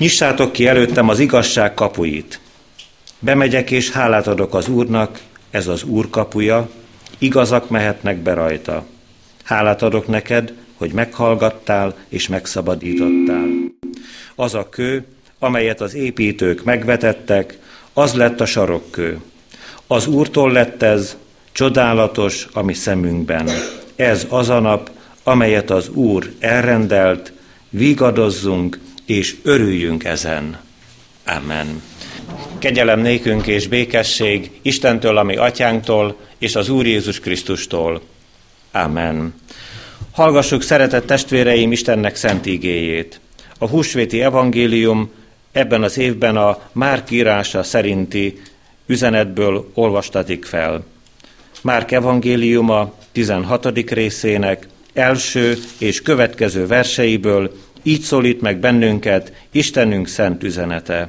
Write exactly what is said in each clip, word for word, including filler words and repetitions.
Nyissátok ki előttem az igazság kapuit. Bemegyek és hálát adok az Úrnak, ez az Úr kapuja, igazak mehetnek be rajta. Hálát adok neked, hogy meghallgattál és megszabadítottál. Az a kő, amelyet az építők megvetettek, az lett a sarokkő. Az Úrtól lett ez, csodálatos a mi szemünkben. Ez az a nap, amelyet az Úr elrendelt, vigadozzunk és örüljünk ezen. Amen. Kegyelem nékünk és békesség Istentől, a mi atyánktól, és az Úr Jézus Krisztustól. Amen. Hallgassuk, szeretett testvéreim, Istennek szent igéjét. A húsvéti evangélium ebben az évben a Márk írása szerinti üzenetből olvastatik fel. Márk evangéliuma tizenhatodik részének első és következő verseiből így szólít meg bennünket Istenünk szent üzenete.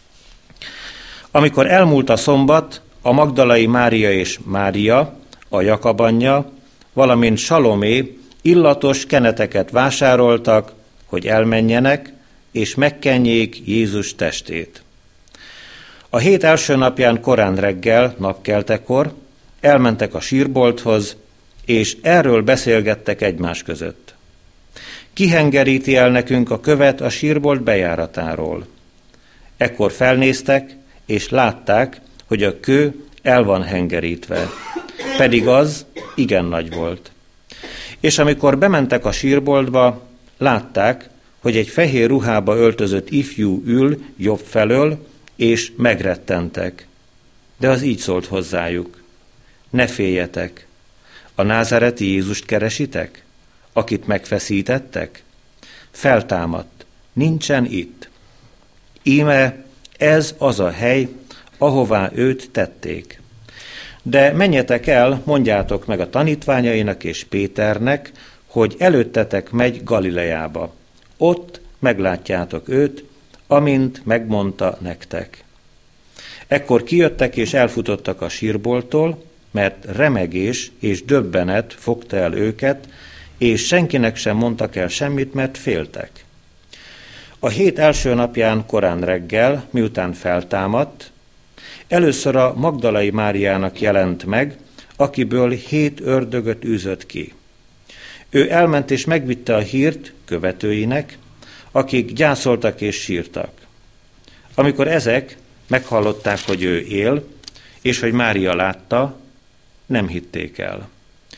Amikor elmúlt a szombat, a Magdalai Mária és Mária, a Jakab anyja, valamint Salomé illatos keneteket vásároltak, hogy elmenjenek és megkenjék Jézus testét. A hét első napján korán reggel, napkeltekor elmentek a sírbolthoz, és erről beszélgettek egymás között. Kihengeríti el nekünk a követ a sírbolt bejáratáról. Ekkor felnéztek, és látták, hogy a kő el van hengerítve, pedig az igen nagy volt. És amikor bementek a sírboltba, látták, hogy egy fehér ruhába öltözött ifjú ül jobb felől, és megrettentek. De az így szólt hozzájuk: ne féljetek, a názáreti Jézust keresitek, akit megfeszítettek? Feltámadt, nincsen itt. Íme ez az a hely, ahová őt tették. De menjetek el, mondjátok meg a tanítványainak és Péternek, hogy előttetek megy Galileába. Ott meglátjátok őt, amint megmondta nektek. Ekkor kijöttek és elfutottak a sírbolttól, mert remegés és döbbenet fogta el őket, és senkinek sem mondtak el semmit, mert féltek. A hét első napján korán reggel, miután feltámadt, először a Magdalai Máriának jelent meg, akiből hét ördögöt űzött ki. Ő elment és megvitte a hírt követőinek, akik gyászoltak és sírtak. Amikor ezek meghallották, hogy ő él, és hogy Mária látta, nem hitték el.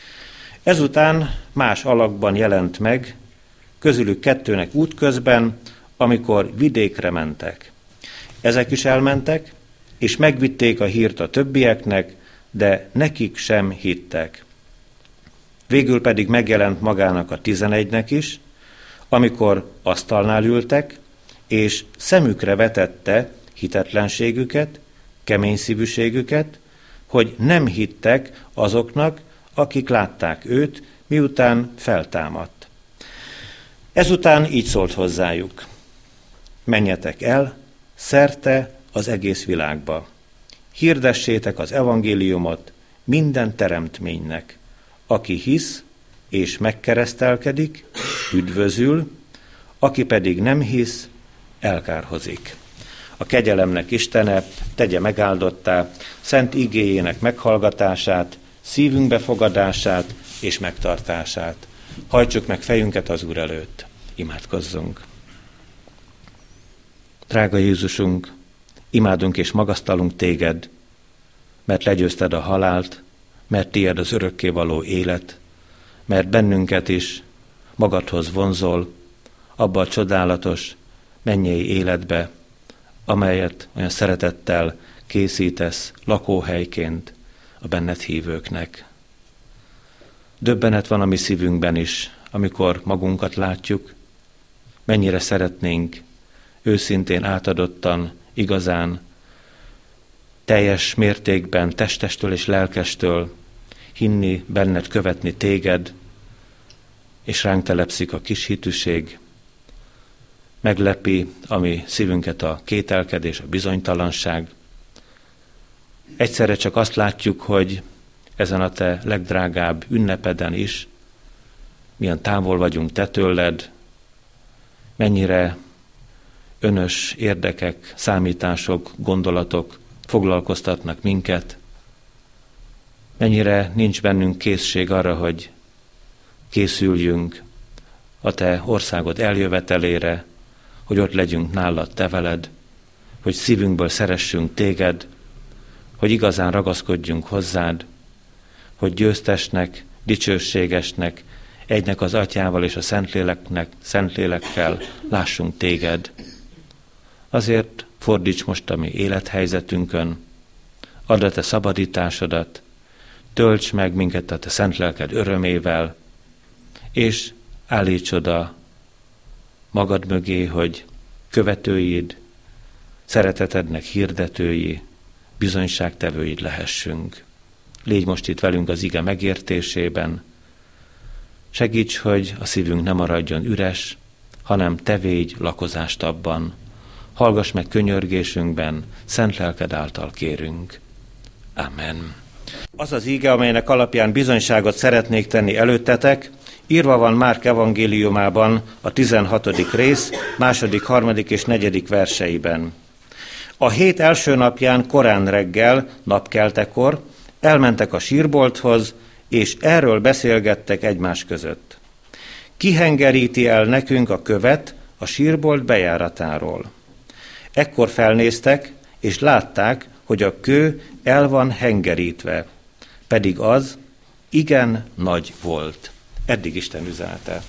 Ezután más alakban jelent meg, közülük kettőnek útközben, amikor vidékre mentek. Ezek is elmentek, és megvitték a hírt a többieknek, de nekik sem hittek. Végül pedig megjelent magának a tizenegynek is, amikor asztalnál ültek, és szemükre vetette hitetlenségüket, kemény szívűségüket, hogy nem hittek azoknak, akik látták őt, miután feltámadt. Ezután így szólt hozzájuk: menjetek el szerte az egész világba. Hirdessétek az evangéliumot minden teremtménynek. Aki hisz és megkeresztelkedik, üdvözül, aki pedig nem hisz, elkárhozik. A kegyelemnek Istene tegye megáldottá szent igéjének meghallgatását, szívünk befogadását és megtartását. Hajtsuk meg fejünket az Úr előtt. Imádkozzunk. Drága Jézusunk, imádunk és magasztalunk téged, mert legyőzted a halált, mert tiéd az örökkévaló élet, mert bennünket is magadhoz vonzol, abba a csodálatos mennyei életbe, amelyet olyan szeretettel készítesz lakóhelyként a benned hívőknek. Döbbenet van a mi szívünkben is, amikor magunkat látjuk, mennyire szeretnénk őszintén, átadottan, igazán, teljes mértékben, testestől és lelkestől hinni, benned követni téged, és ránk telepszik a kis hitűség, meglepi a mi szívünket a kételkedés, a bizonytalanság. Egyszerre csak azt látjuk, hogy ezen a te legdrágább ünnepeden is milyen távol vagyunk te tőled, mennyire önös érdekek, számítások, gondolatok foglalkoztatnak minket. Mennyire nincs bennünk készség arra, hogy készüljünk a te országod eljövetelére, hogy ott legyünk nálad, te veled, hogy szívünkből szeressünk téged, hogy igazán ragaszkodjunk hozzád, hogy győztesnek, dicsőségesnek, egynek az Atyával és a Szentléleknek, Szentlélekkel lássunk téged. Azért fordíts most a mi élethelyzetünkön, add a te szabadításodat, tölts meg minket a te szent lelked örömével, és állíts oda magad mögé, hogy követőid, szeretetednek hirdetői, bizonyságtevőid lehessünk. Légy most itt velünk az ige megértésében, segíts, hogy a szívünk ne maradjon üres, hanem te védj lakozást abban. Hallgass meg könyörgésünkben, szent lelked által kérünk. Amen. Az az ige, amelynek alapján bizonyságot szeretnék tenni előttetek, írva van Márk evangéliumában a tizenhatodik rész, második, harmadik és negyedik verseiben. A hét első napján korán reggel, napkeltekor elmentek a sírbolthoz, és erről beszélgettek egymás között. Ki hengeríti el nekünk a követ a sírbolt bejáratáról? Ekkor felnéztek, és látták, hogy a kő el van hengerítve, pedig az igen nagy volt. Eddig Isten üzenete.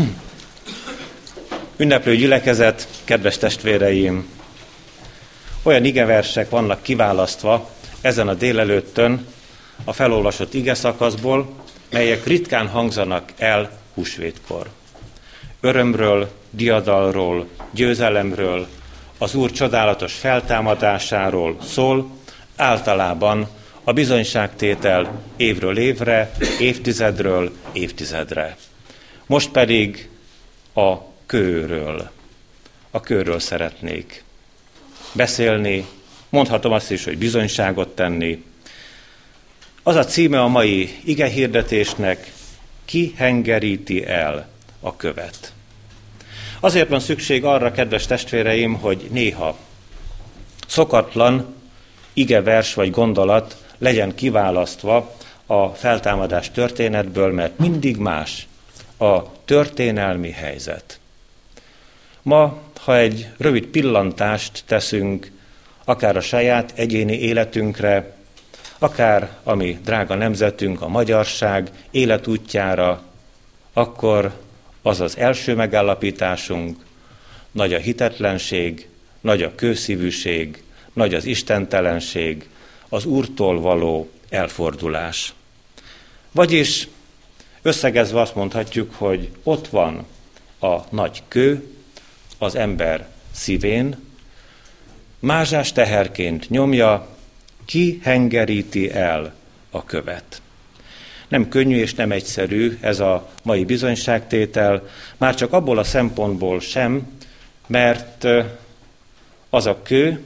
Ünneplő gyülekezet, kedves testvéreim! Olyan igeversek vannak kiválasztva ezen a délelőttön a felolvasott igeszakaszból, melyek ritkán hangzanak el húsvétkor. Örömről, diadalról, győzelemről, az Úr csodálatos feltámadásáról szól, általában a bizonyságtétel évről évre, évtizedről évtizedre. Most pedig a kőről, a kőről szeretnék beszélni, mondhatom azt is, hogy bizonyságot tenni. Az a címe a mai igehirdetésnek, ki hengeríti el a követ. Azért van szükség arra, kedves testvéreim, hogy néha szokatlan igevers vagy gondolat legyen kiválasztva a feltámadás történetből, mert mindig más a történelmi helyzet. Ma, ha egy rövid pillantást teszünk, akár a saját egyéni életünkre, akár a mi drága nemzetünk, a magyarság életútjára, akkor az az első megállapításunk, nagy a hitetlenség, nagy a kőszívűség, nagy az istentelenség, az Úrtól való elfordulás. Vagyis összegezve azt mondhatjuk, hogy ott van a nagy kő az ember szívén, mázsás teherként nyomja, ki hengeríti el a követ. Nem könnyű és nem egyszerű ez a mai bizonyságtétel, már csak abból a szempontból sem, mert az a kő,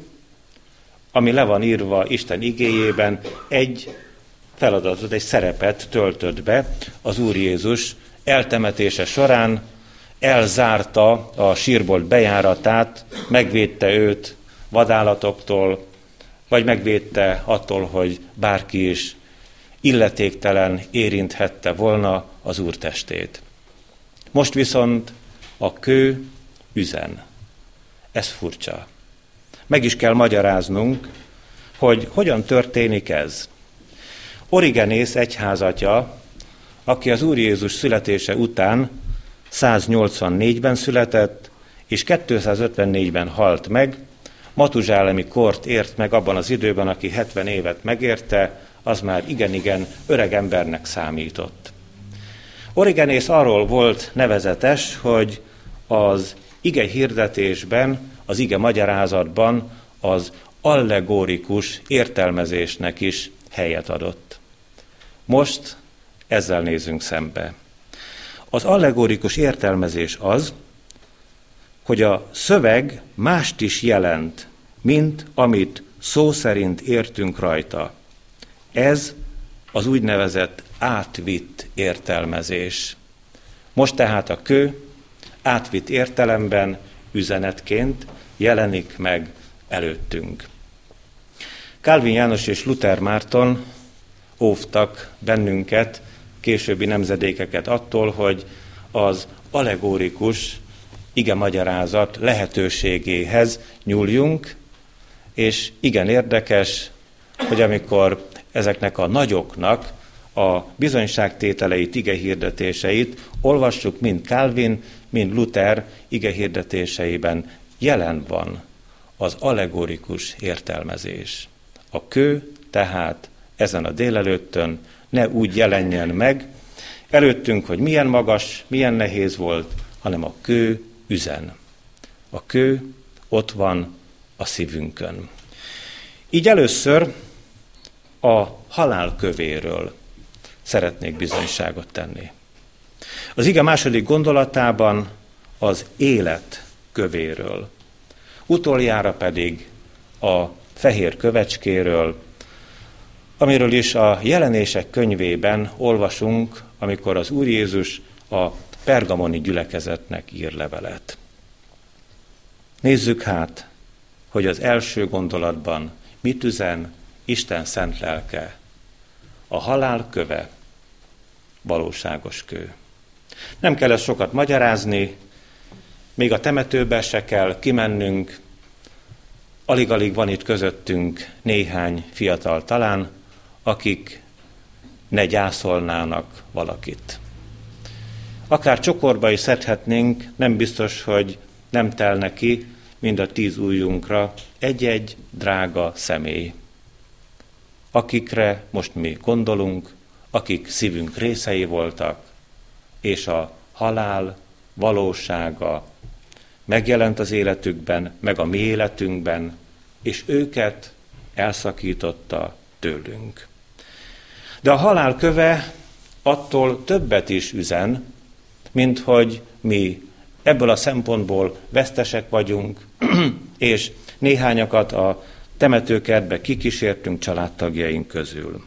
ami le van írva Isten igéjében, egy feladatot, egy szerepet töltött be az Úr Jézus eltemetése során, elzárta a sírbolt bejáratát, megvédte őt vadállatoktól, vagy megvédte attól, hogy bárki is illetéktelen érinthette volna az Úr testét. Most viszont a kő üzen. Ez furcsa. Meg is kell magyaráznunk, hogy hogyan történik ez. Origenész egyházatja, aki az Úr Jézus születése után száznyolcvannégyben született, és kétszázötvennégyben halt meg, matuzsálemi kort ért meg abban az időben, aki hetven évet megérte, az már igen-igen öreg embernek számított. Origenész arról volt nevezetes, hogy az ige hirdetésben, az ige magyarázatban az allegorikus értelmezésnek is helyet adott. Most ezzel nézünk szembe. Az allegorikus értelmezés az, hogy a szöveg mást is jelent, mint amit szó szerint értünk rajta. Ez az úgynevezett átvitt értelmezés. Most tehát a kő átvitt értelemben üzenetként jelenik meg előttünk. Kálvin János és Luther Márton óvtak bennünket, későbbi nemzedékeket attól, hogy az allegorikus igemagyarázat lehetőségéhez nyúljunk, és igen érdekes, hogy amikor ezeknek a nagyoknak a bizonyságtételeit, igehirdetéseit olvassuk mind Kálvin, mind Luther igehirdetéseiben, jelen van az allegorikus értelmezés. A kő tehát ezen a délelőttön ne úgy jelenjen meg előttünk, hogy milyen magas, milyen nehéz volt, hanem a kő üzen. A kő ott van a szívünkön. Így először a halál kövéről szeretnék bizonyságot tenni. Az ige második gondolatában az élet kövéről, utoljára pedig a fehér kövecskéről, amiről is a Jelenések könyvében olvasunk, amikor az Úr Jézus a pergamoni gyülekezetnek ír levelet. Nézzük hát, hogy az első gondolatban mit üzen Isten szent lelke. A halál köve, valóságos kő. Nem kell ezt sokat magyarázni, még a temetőbe se kell kimennünk, alig-alig van itt közöttünk néhány fiatal talán, akik ne gyászolnának valakit. Akár csokorba is szedhetnénk, nem biztos, hogy nem telne ki mind a tíz ujjunkra egy-egy drága személy, akikre most mi gondolunk, akik szívünk részei voltak, és a halál valósága megjelent az életükben, meg a mi életünkben, és őket elszakította tőlünk. De a halál köve attól többet is üzen, mint hogy mi ebből a szempontból vesztesek vagyunk, és néhányakat a temetőkertbe kikísértünk családtagjaink közül.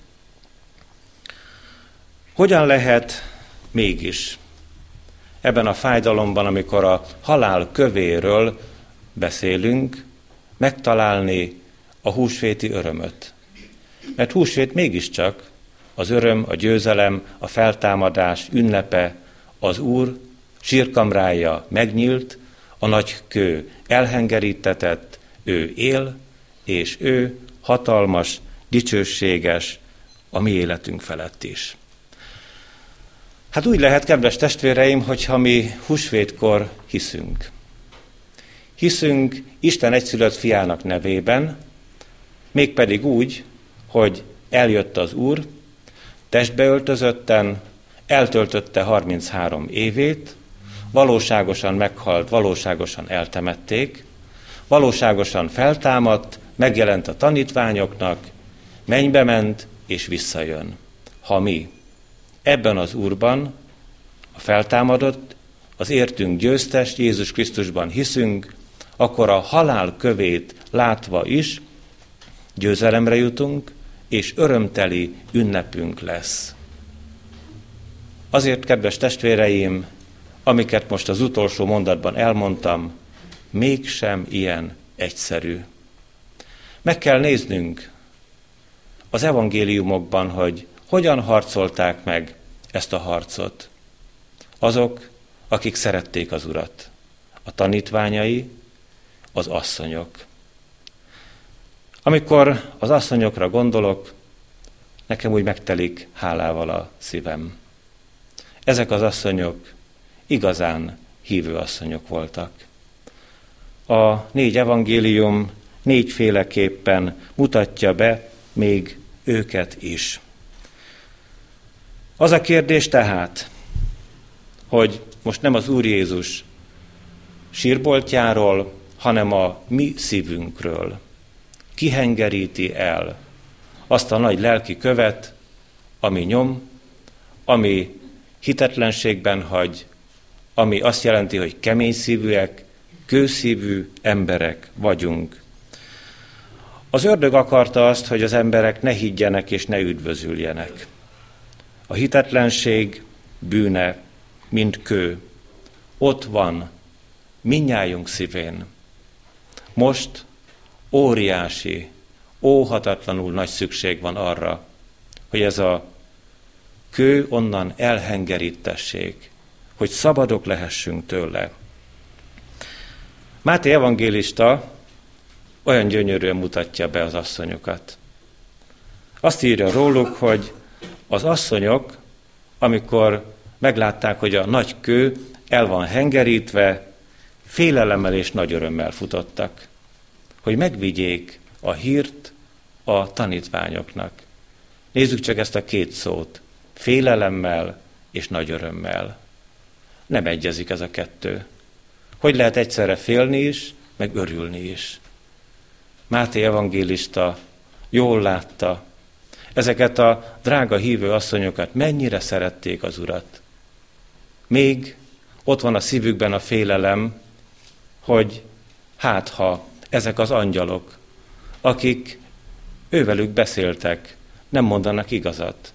Hogyan lehet mégis ebben a fájdalomban, amikor a halál kövéről beszélünk, megtalálni a húsvéti örömöt? Mert húsvét mégiscsak az öröm, a győzelem, a feltámadás ünnepe, az Úr sírkamrája megnyílt, a nagy kő elhengerítetett, ő él, és ő hatalmas, dicsőséges a mi életünk felett is. Hát úgy lehet, kedves testvéreim, hogyha mi húsvétkor hiszünk. Hiszünk Isten egyszülött fiának nevében, mégpedig úgy, hogy eljött az Úr, testbe öltözötten, eltöltötte harminchárom évét, valóságosan meghalt, valóságosan eltemették, valóságosan feltámadt, megjelent a tanítványoknak, mennybe ment és visszajön. Ha mi ebben az Úrban, a feltámadott, az értünk győztes Jézus Krisztusban hiszünk, akkor a halál kövét látva is győzelemre jutunk, és örömteli ünnepünk lesz. Azért, kedves testvéreim, amiket most az utolsó mondatban elmondtam, mégsem ilyen egyszerű. Meg kell néznünk az evangéliumokban, hogy hogyan harcolták meg ezt a harcot. Azok, akik szerették az Urat, a tanítványai, az asszonyok. Amikor az asszonyokra gondolok, nekem úgy megtelik hálával a szívem. Ezek az asszonyok igazán hívő asszonyok voltak. A négy evangélium négyféleképpen mutatja be még őket is. Az a kérdés tehát, hogy most nem az Úr Jézus sírboltjáról, hanem a mi szívünkről kihengeríti el azt a nagy lelki követ, ami nyom, ami hitetlenségben hagy, ami azt jelenti, hogy kemény szívűek, kőszívű emberek vagyunk. Az ördög akarta azt, hogy az emberek ne higgyenek és ne üdvözüljenek. A hitetlenség bűne, mint kő, ott van mindnyájunk szívén. Most óriási, óhatatlanul nagy szükség van arra, hogy ez a kő onnan elhengerítessék, hogy szabadok lehessünk tőle. Máté evangélista olyan gyönyörűen mutatja be az asszonyokat. Azt írja róluk, hogy az asszonyok, amikor meglátták, hogy a nagy kő el van hengerítve, félelemmel és nagy örömmel futottak, hogy megvigyék a hírt a tanítványoknak. Nézzük csak ezt a két szót, félelemmel és nagy örömmel. Nem egyezik ez a kettő. Hogy lehet egyszerre félni is, meg örülni is? Máté evangélista jól látta, ezeket a drága hívő asszonyokat mennyire szerették az Urat. Még ott van a szívükben a félelem, hogy hát ha ezek az angyalok, akik ővelük beszéltek, nem mondanak igazat.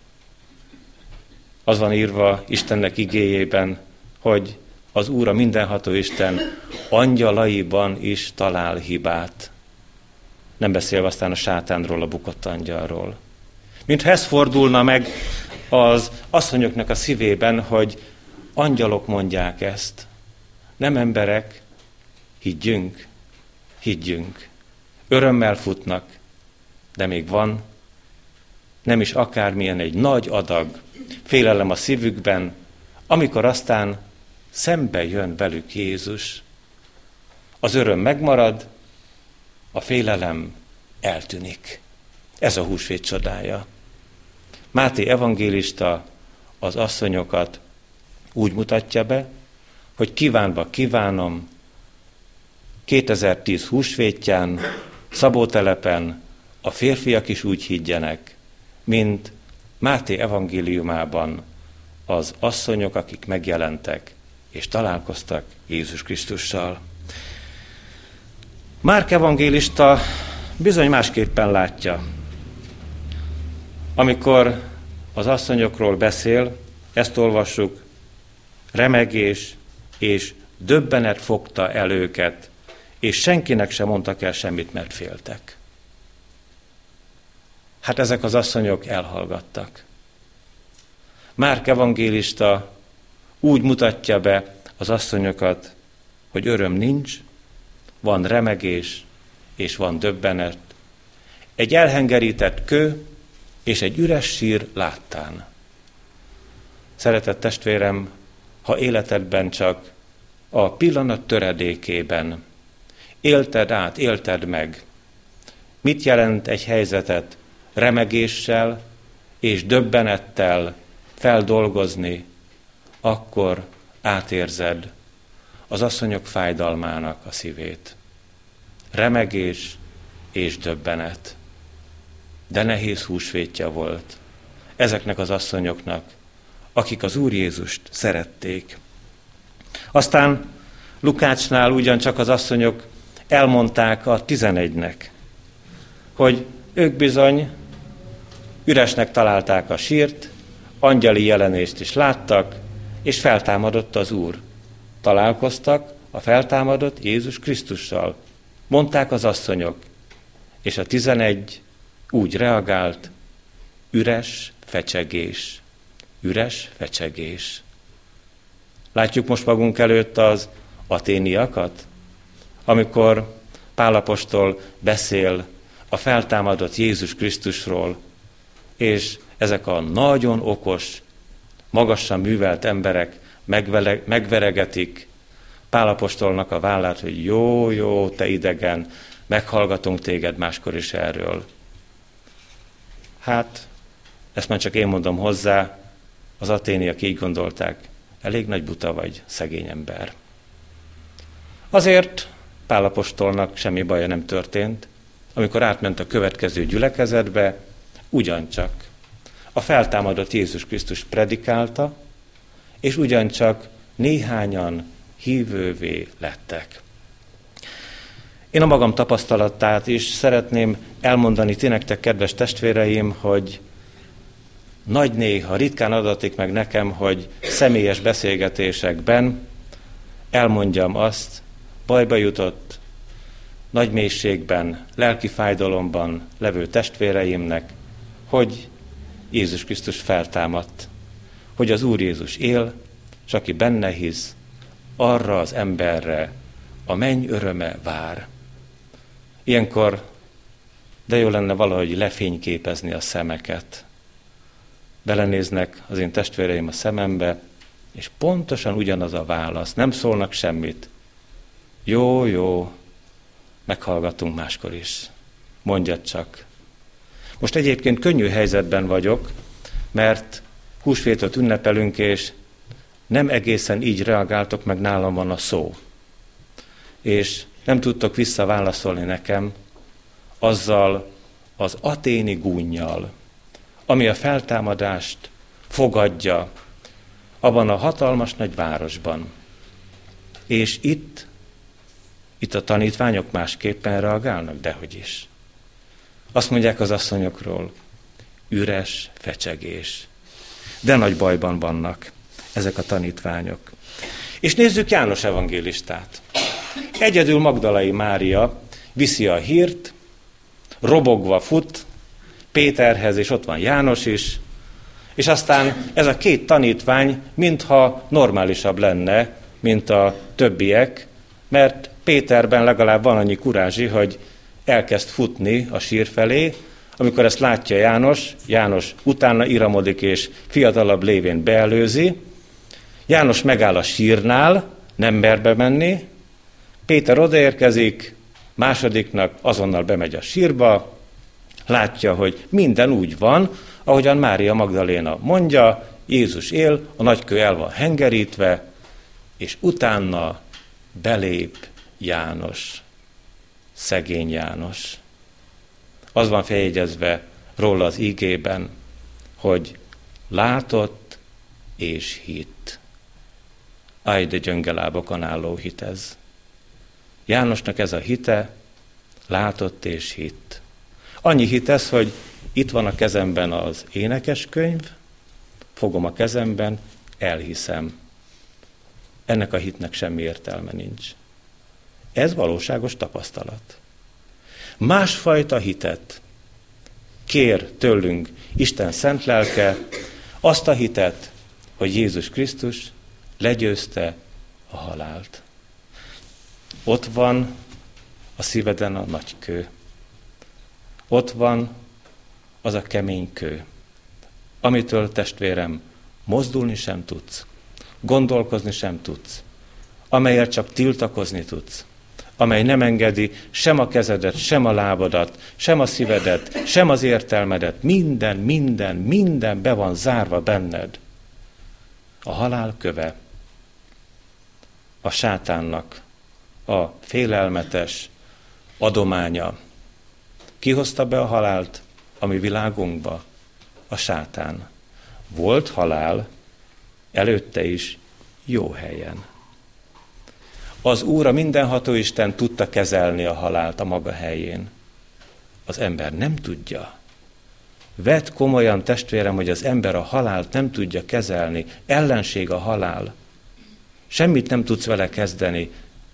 Az van írva Istennek igéjében, hogy az Úr, a mindenható Isten angyalaiban is talál hibát. Nem beszélve aztán a sátánról, a bukott angyalról. Mintha ez fordulna meg az asszonyoknak a szívében, hogy angyalok mondják ezt. Nem emberek, higgyünk, higgyünk. Örömmel futnak, de még van, nem is akármilyen egy nagy adag, félelem a szívükben, amikor aztán szembe jön velük Jézus. Az öröm megmarad, a félelem eltűnik. Ez a húsvét csodája. Máté evangélista az asszonyokat úgy mutatja be, hogy kívánva kívánom, kétezer-tíz húsvétján, Szabótelepen a férfiak is úgy higgyenek, mint Máté evangéliumában az asszonyok, akik megjelentek és találkoztak Jézus Krisztussal. Márk evangélista bizony másképpen látja. Amikor az asszonyokról beszél, ezt olvassuk, remegés és döbbenet fogta el őket, és senkinek sem mondtak el semmit, mert féltek. Hát ezek az asszonyok elhallgattak. Márk evangélista úgy mutatja be az asszonyokat, hogy öröm nincs, van remegés, és van döbbenet. Egy elhengerített kő, és egy üres sír láttán. Szeretett testvérem, ha életedben csak a pillanat töredékében élted át, élted meg, mit jelent egy helyzetet remegéssel és döbbenettel feldolgozni, akkor átérzed az asszonyok fájdalmának a szívét. Remegés és döbbenet. De nehéz húsvétja volt ezeknek az asszonyoknak, akik az Úr Jézust szerették. Aztán Lukácsnál ugyancsak az asszonyok elmondták a tizenegynek, hogy ők bizony üresnek találták a sírt, angyali jelenést is láttak, és feltámadott az Úr. Találkoztak a feltámadott Jézus Krisztussal. Mondták az asszonyok, és a tizenegy úgy reagált, üres fecsegés. Üres fecsegés. Látjuk most magunk előtt az aténiakat, amikor Pál apostol beszél a feltámadott Jézus Krisztusról, és ezek a nagyon okos, magasan művelt emberek megvele, megveregetik Pál apostolnak a vállát, hogy jó, jó, te idegen, meghallgatunk téged máskor is erről. Hát, ezt már csak én mondom hozzá, az aténiak így gondolták, elég nagy buta vagy, szegény ember. Azért Pál apostolnak semmi baja nem történt, amikor átment a következő gyülekezetbe, ugyancsak a feltámadott Jézus Krisztus predikálta, és ugyancsak néhányan hívővé lettek. Én a magam tapasztalatát is szeretném elmondani ti nektek, kedves testvéreim, hogy nagy néha, ritkán adatik meg nekem, hogy személyes beszélgetésekben elmondjam azt, bajba jutott, nagy mélységben, lelki fájdalomban levő testvéreimnek, hogy Jézus Krisztus feltámadt, hogy az Úr Jézus él, és aki benne hisz, arra az emberre a menny öröme vár. Ilyenkor de jó lenne valahogy lefényképezni a szemeket. Belenéznek az én testvéreim a szemembe, és pontosan ugyanaz a válasz. Nem szólnak semmit. Jó, jó, meghallgatunk máskor is. Mondjad csak. Most egyébként könnyű helyzetben vagyok, mert húsvétot ünnepelünk, és nem egészen így reagáltok, meg nálam van a szó. És nem tudtok visszaválaszolni nekem azzal az aténi gúnnyal, ami a feltámadást fogadja abban a hatalmas nagy városban. És itt, itt a tanítványok másképpen reagálnak, dehogy is. Azt mondják az asszonyokról, üres fecsegés. De nagy bajban vannak ezek a tanítványok. És nézzük János evangélistát. Egyedül Magdalai Mária viszi a hírt, robogva fut Péterhez, és ott van János is, és aztán ez a két tanítvány mintha normálisabb lenne, mint a többiek, mert Péterben legalább van annyi kurázsi, hogy elkezd futni a sír felé, amikor ezt látja János, János utána iramodik, és fiatalabb lévén beelőzi. János megáll a sírnál, nem mer bemenni, Péter odaérkezik, másodiknak azonnal bemegy a sírba, látja, hogy minden úgy van, ahogyan Mária Magdaléna mondja, Jézus él, a nagykő el van hengerítve, és utána belép János, szegény János. Az van feljegyezve róla az ígében, hogy látott és hitt. Áj, de gyönge lábakon álló hit ez. Jánosnak ez a hite, látott és hitt. Annyi hit ez, hogy itt van a kezemben az énekeskönyv, fogom a kezemben, elhiszem. Ennek a hitnek semmi értelme nincs. Ez valóságos tapasztalat. Másfajta hitet kér tőlünk Isten szent lelke, azt a hitet, hogy Jézus Krisztus legyőzte a halált. Ott van a szíveden a nagy kő. Ott van az a kemény kő, amitől, testvérem, mozdulni sem tudsz, gondolkozni sem tudsz, amelyet csak tiltakozni tudsz, amely nem engedi sem a kezedet, sem a lábadat, sem a szívedet, sem az értelmedet, minden, minden, minden be van zárva benned. A halál köve, a sátánnak a félelmetes adománya. Ki hozta be a halált a mi világunkba? A sátán. Volt halál, előtte is jó helyen. Az Úr, a mindenható Isten tudta kezelni a halált a maga helyén. Az ember nem tudja. Vedd komolyan, testvérem, hogy az ember a halált nem tudja kezelni. Ellenség a halál. Semmit nem tudsz vele kezdeni,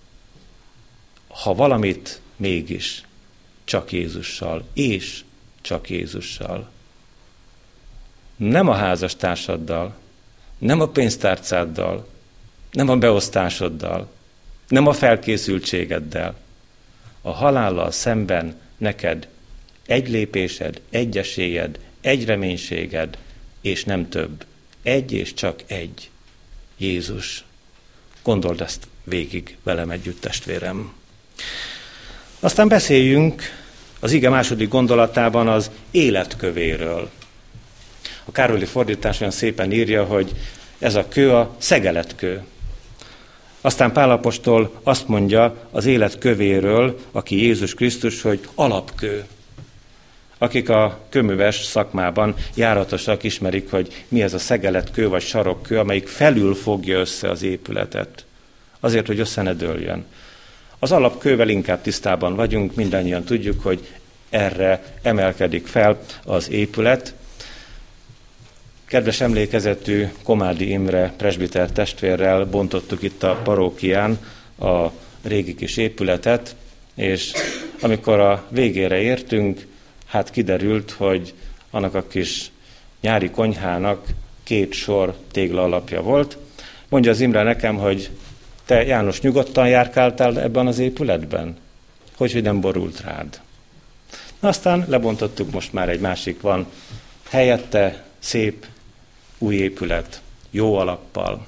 ha valamit mégis csak Jézussal, és csak Jézussal. Nem a házastársaddal, nem a pénztárcáddal, nem a beosztásoddal, nem a felkészültségeddel. A halállal szemben neked egy lépésed, egy esélyed, egy reménységed, és nem több. Egy és csak egy. Jézus. Gondold ezt végig velem együtt, testvérem. Aztán beszéljünk az ige második gondolatában az életkövéről. A Károli fordítás olyan szépen írja, hogy ez a kő a szegeletkő. Aztán Pál apostol azt mondja az élet kövéről, aki Jézus Krisztus, hogy alapkő. Akik a kőműves szakmában járatosak, ismerik, hogy mi ez a szegeletkő vagy sarokkő, amelyik felül fogja össze az épületet. Azért, hogy össze ne dőljön. Az alapkővel inkább tisztában vagyunk, mindannyian tudjuk, hogy erre emelkedik fel az épület. Kedves emlékezetű Komádi Imre presbiter testvérrel bontottuk itt a parókián a régi kis épületet, És amikor a végére értünk, hát kiderült, hogy annak a kis nyári konyhának két sor tégla alapja volt. Mondja az Imre nekem, hogy te, János, nyugodtan járkáltál ebben az épületben? Hogy, hogy nem borult rád? Na, aztán lebontottuk, most már egy másik van. Helyette szép új épület, jó alappal.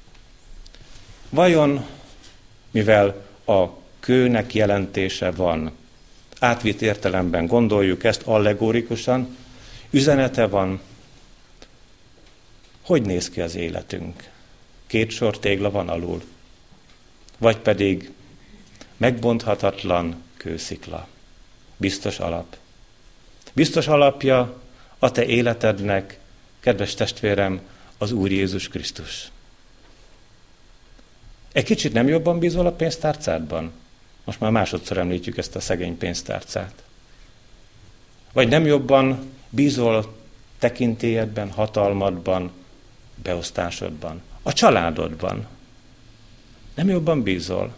Vajon, mivel a kőnek jelentése van, átvitt értelemben gondoljuk ezt allegórikusan, üzenete van, hogy néz ki az életünk? Két sor tégla van alul, vagy pedig megbonthatatlan kőszikla, biztos alap. Biztos alapja a te életednek, kedves testvérem, az Úr Jézus Krisztus. Egy kicsit nem jobban bízol a pénztárcádban? Most már másodszor említjük ezt a szegény pénztárcát. Vagy nem jobban bízol tekintélyedben, hatalmadban, beosztásodban, a családodban? Nem jobban bízol?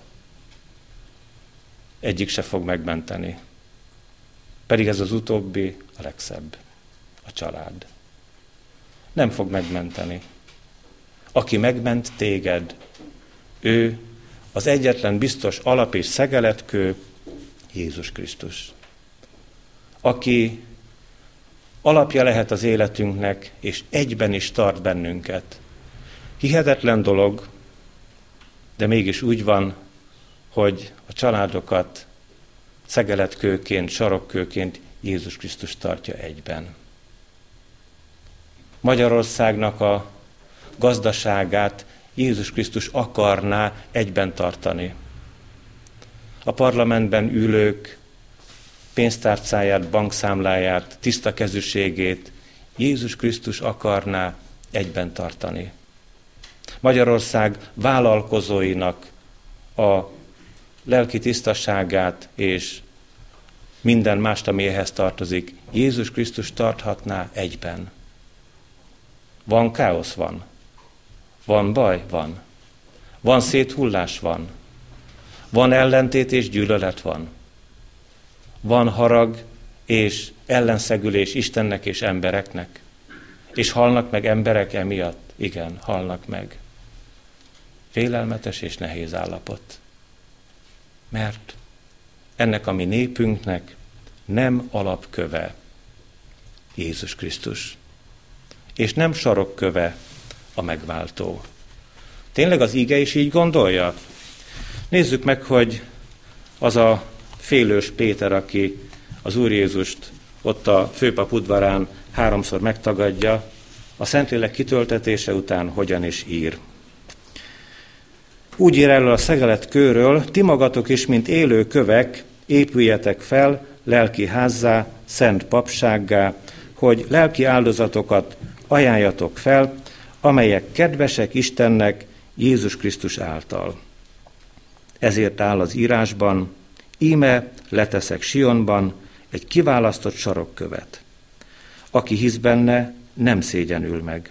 Egyik se fog megmenteni. Pedig ez az utóbbi a legszebb, a család. Nem fog megmenteni. Aki megment téged, ő az egyetlen biztos alap és szegeletkő, Jézus Krisztus. Aki alapja lehet az életünknek, és egyben is tart bennünket. Hihetetlen dolog, de mégis úgy van, hogy a családokat szegeletkőként, sarokkőként Jézus Krisztus tartja egyben. Magyarországnak a gazdaságát Jézus Krisztus akarná egyben tartani. A parlamentben ülők pénztárcáját, bankszámláját, tiszta kezűségét Jézus Krisztus akarná egyben tartani. Magyarország vállalkozóinak a lelki tisztaságát és minden mást, ami ehhez tartozik, Jézus Krisztus tarthatná egyben. Van káosz? Van. Van baj? Van. Van széthullás? Van. Van ellentét és gyűlölet? Van. Van harag és ellenszegülés Istennek és embereknek? És halnak meg emberek emiatt? Igen, halnak meg. Félelmetes és nehéz állapot. Mert ennek a mi népünknek nem alapköve Jézus Krisztus, és nem sarokköve a megváltó. Tényleg az íge is így gondolja? Nézzük meg, hogy az a félős Péter, aki az Úr Jézust ott a főpap udvarán háromszor megtagadja, a Szentlélek kitöltetése után hogyan is ír. Úgy ír erről a szegeletkőről: ti magatok is, mint élő kövek, épüljetek fel lelki házzá, szent papsággá, hogy lelki áldozatokat ajánljatok fel, amelyek kedvesek Istennek Jézus Krisztus által. Ezért áll az írásban: íme leteszek Sionban egy kiválasztott sarokkövet. Aki hisz benne, nem szégyenül meg.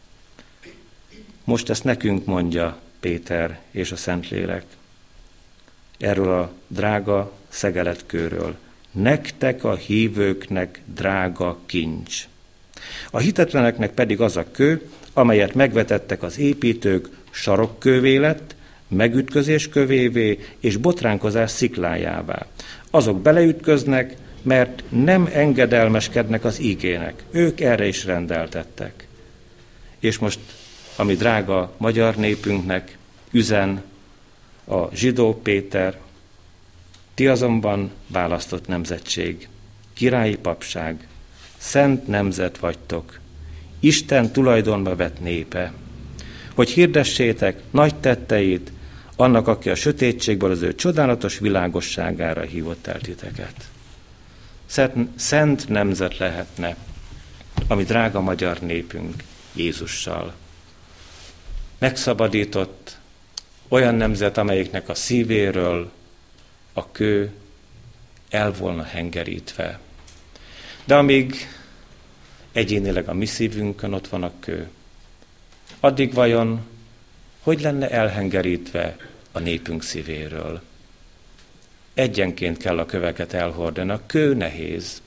Most ezt nekünk mondja Péter és a Szentlélek. Erről a drága szegeletkőről. Nektek a hívőknek drága kincs. A hitetleneknek pedig az a kő, amelyet megvetettek az építők, sarokkővé lett, megütközés kövévé és botránkozás sziklájává. Azok beleütköznek, mert nem engedelmeskednek az ígének. Ők erre is rendeltettek. És most, ami drága magyar népünknek üzen a zsidó Péter: ti azonban választott nemzetség, királyi papság, szent nemzet vagytok, Isten tulajdonba vett népe, hogy hirdessétek nagy tetteit annak, aki a sötétségből az ő csodálatos világosságára hívott el titeket. Szent, szent nemzet lehetne a mi drága magyar népünk Jézussal. Megszabadított olyan nemzet, amelyiknek a szívéről a kő el volna hengerítve. De amíg egyénileg a mi szívünkön ott van a kő, addig vajon hogy lenne elhengerítve a népünk szívéről? egyenként kell a köveket elhordani. A kő nehéz.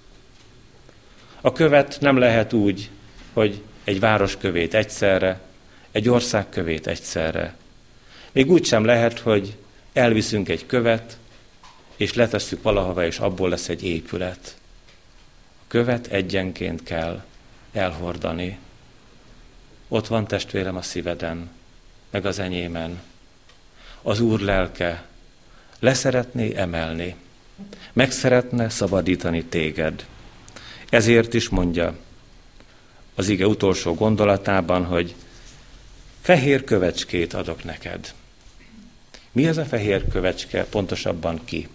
A követ nem lehet úgy, hogy egy város kövét egyszerre, egy ország kövét egyszerre. Még úgy sem lehet, hogy elviszünk egy követ, és letesszük valahova, és abból lesz egy épület. A követ egyenként kell elhordani. Ott van, testvérem, a szíveden, meg az enyémen. Az Úr lelke leszeretné emelni, meg szeretne szabadítani téged. Ezért is mondja az ige utolsó gondolatában, hogy fehér kövecskét adok neked. Mi ez a fehér kövecske? Pontosabban ki?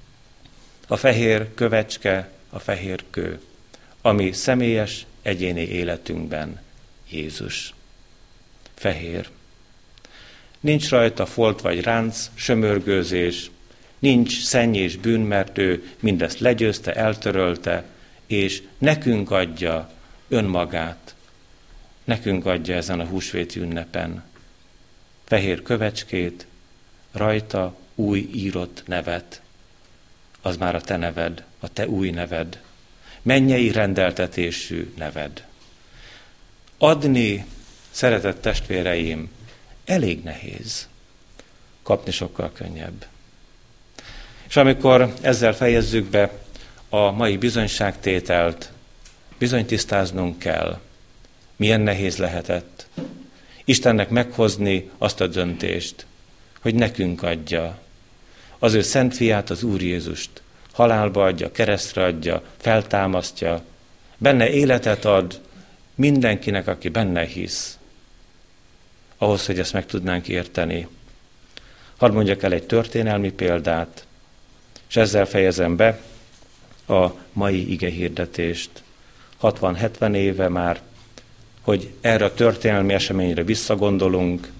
A fehér kövecske, a fehér kő, ami személyes, egyéni életünkben Jézus. Fehér. Nincs rajta folt vagy ránc, sömörgőzés, nincs szenny és bűn, mert ő mindezt legyőzte, eltörölte, és nekünk adja önmagát, nekünk adja ezen a húsvéti ünnepen. Fehér kövecskét, rajta új írott nevet, az már a te neved, a te új neved, mennyei rendeltetésű neved. Adni, szeretett testvéreim, elég nehéz, kapni sokkal könnyebb. És amikor ezzel fejezzük be a mai bizonyságtételt, bizony tisztáznunk kell, milyen nehéz lehetett Istennek meghozni azt a döntést, hogy nekünk adja az ő szent fiát, az Úr Jézust, halálba adja, keresztre adja, feltámasztja, benne életet ad mindenkinek, aki benne hisz. Ahhoz, hogy ezt meg tudnánk érteni. Hadd mondjak el egy történelmi példát, és ezzel fejezem be a mai igehirdetést. hatvan-hetven éve már, hogy erre a történelmi eseményre visszagondolunk,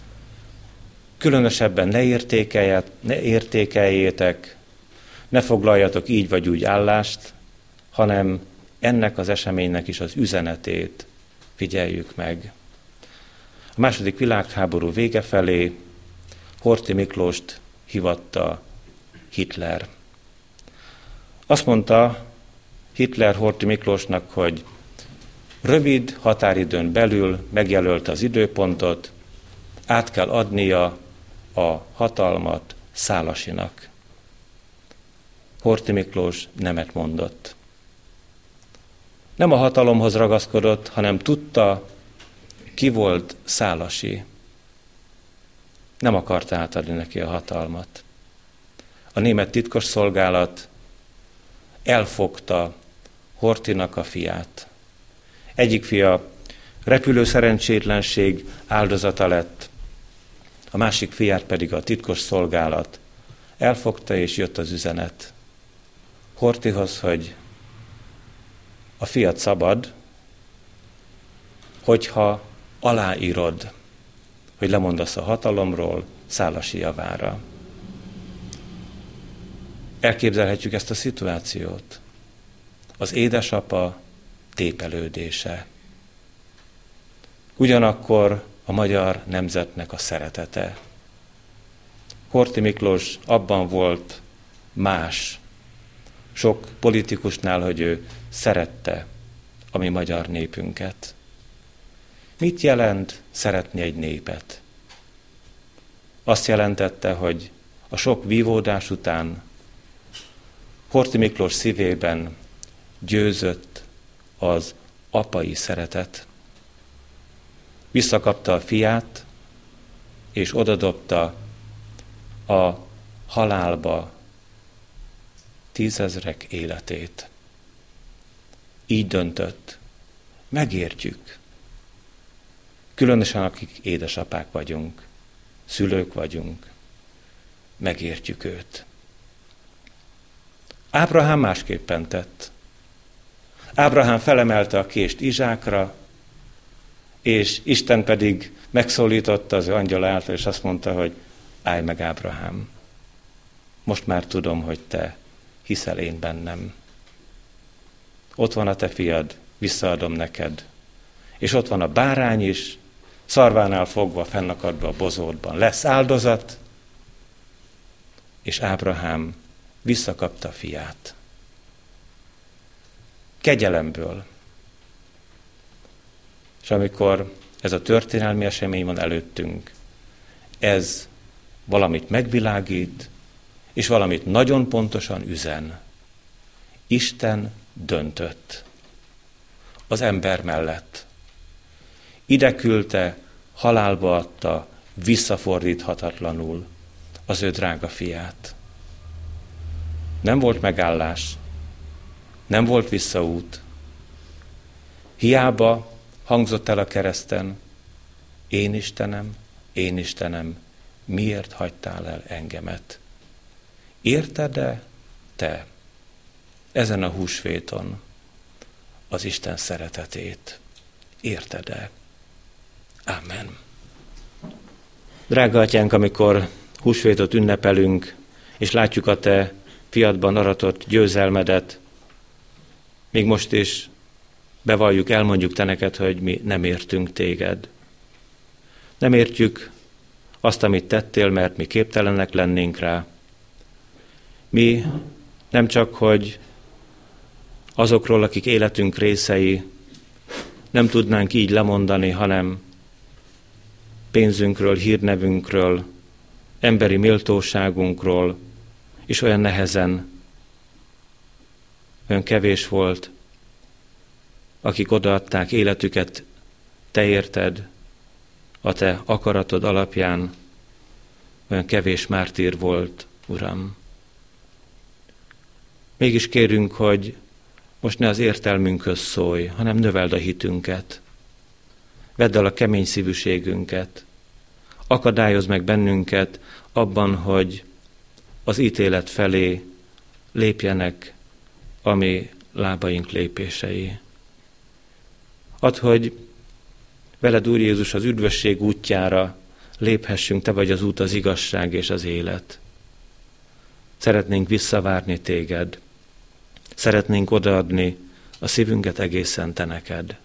különösebben ne, ne értékeljétek, ne foglaljatok így vagy úgy állást, hanem ennek az eseménynek is az üzenetét figyeljük meg. A második világháború vége felé Horthy Miklóst hívatta Hitler. Azt mondta Hitler Horthy Miklósnak, hogy rövid határidőn belül megjelölte az időpontot, át kell adnia a hatalmat Szálasinak. Horthy Miklós nemet mondott. Nem a hatalomhoz ragaszkodott, hanem tudta, ki volt Szálasi. Nem akarta átadni neki a hatalmat. A német titkosszolgálat elfogta Horthynak a fiát. Egyik fia repülő szerencsétlenség áldozata lett, a másik fiát pedig a titkosszolgálat elfogta, és jött az üzenet Horthyhoz, hogy a fiat szabad, hogyha aláírod, hogy lemondasz a hatalomról Szálasi javára. Elképzelhetjük ezt a szituációt. Az édesapa tépelődése. Ugyanakkor a magyar nemzetnek a szeretete. Horthy Miklós abban volt más, sok politikusnál, hogy ő szerette a mi magyar népünket. Mit jelent szeretni egy népet? Azt jelentette, hogy a sok vívódás után Horthy Miklós szívében győzött az apai szeretet. Visszakapta a fiát, és odadobta a halálba tízezrek életét. Így döntött. Megértjük. Különösen akik édesapák vagyunk, szülők vagyunk. Megértjük őt. Ábrahám másképpen tett. Ábrahám felemelte a kést Izsákra, és Isten pedig megszólította az ő angyala által, és azt mondta, hogy állj meg, Ábrahám. Most már tudom, hogy te hiszel én bennem. Ott van a te fiad, visszaadom neked. És ott van a bárány is, szarvánál fogva, fennakadva a bozótban. Lesz áldozat, és Ábrahám visszakapta a fiát. Kegyelemből. És amikor ez a történelmi esemény van előttünk, ez valamit megvilágít, és valamit nagyon pontosan üzen. Isten döntött az ember mellett. Ide küldte, halálba adta, visszafordíthatatlanul az ő drága fiát. Nem volt megállás, nem volt visszaút. Hiába hangzott el a kereszten, én Istenem, én Istenem, miért hagytál el engemet? Érted-e te ezen a húsvéton az Isten szeretetét? Érted-e? Amen. Drága atyánk, amikor húsvétot ünnepelünk, és látjuk a te fiadban aratott győzelmedet, még most is bevalljuk, elmondjuk te neked, hogy mi nem értünk téged. Nem értjük azt, amit tettél, mert mi képtelenek lennénk rá. Mi nem csak, hogy azokról, akik életünk részei, nem tudnánk így lemondani, hanem pénzünkről, hírnevünkről, emberi méltóságunkról, és olyan nehezen, olyan kevés volt, akik odaadták életüket, te érted, a te akaratod alapján, olyan kevés mártír volt, Uram. Mégis kérünk, hogy most ne az értelmünkhöz szólj, hanem növeld a hitünket. Vedd el a kemény szívűségünket. Akadályozz meg bennünket abban, hogy az ítélet felé lépjenek a mi lábaink lépései. Add, hogy veled, Úr Jézus, az üdvösség útjára léphessünk, te vagy az út, az igazság és az élet. Szeretnénk visszavárni téged. Szeretnénk odaadni a szívünket egészen te neked.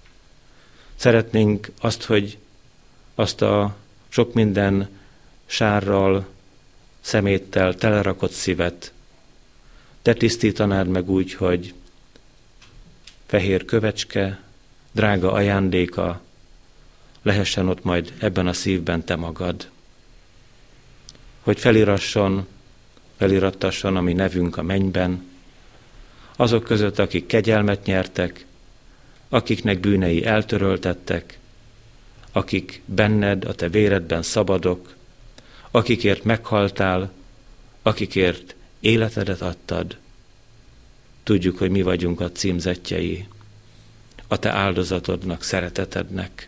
Szeretnénk azt, hogy azt a sok minden sárral, szeméttel telerakott szívet te tisztítanád meg úgy, hogy fehér kövecske, drága ajándéka lehessen ott majd ebben a szívben te magad. Hogy felirasson, felirattasson a mi nevünk a mennyben, azok között, akik kegyelmet nyertek, akiknek bűnei eltöröltettek, akik benned, a te véredben szabadok, akikért meghaltál, akikért életedet adtad. Tudjuk, hogy mi vagyunk a címzettjei a te áldozatodnak, szeretetednek.